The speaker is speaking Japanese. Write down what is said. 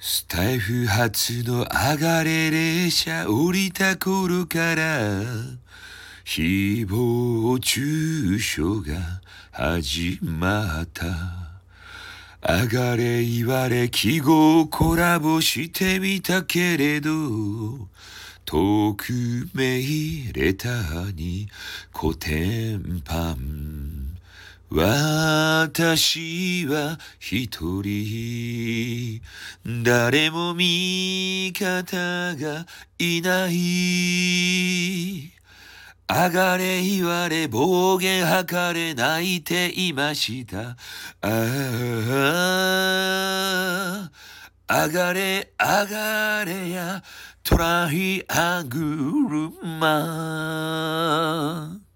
スタイフ初の上がれ列車降りた頃から誹謗中傷が始まった。上がれ言われ記号コラボしてみたけれど、匿名レターにコテンパン。私は一人、誰も味方がいない。上がれ言われ暴言吐かれ泣いていました。上がれ上がれやトライアングルマン。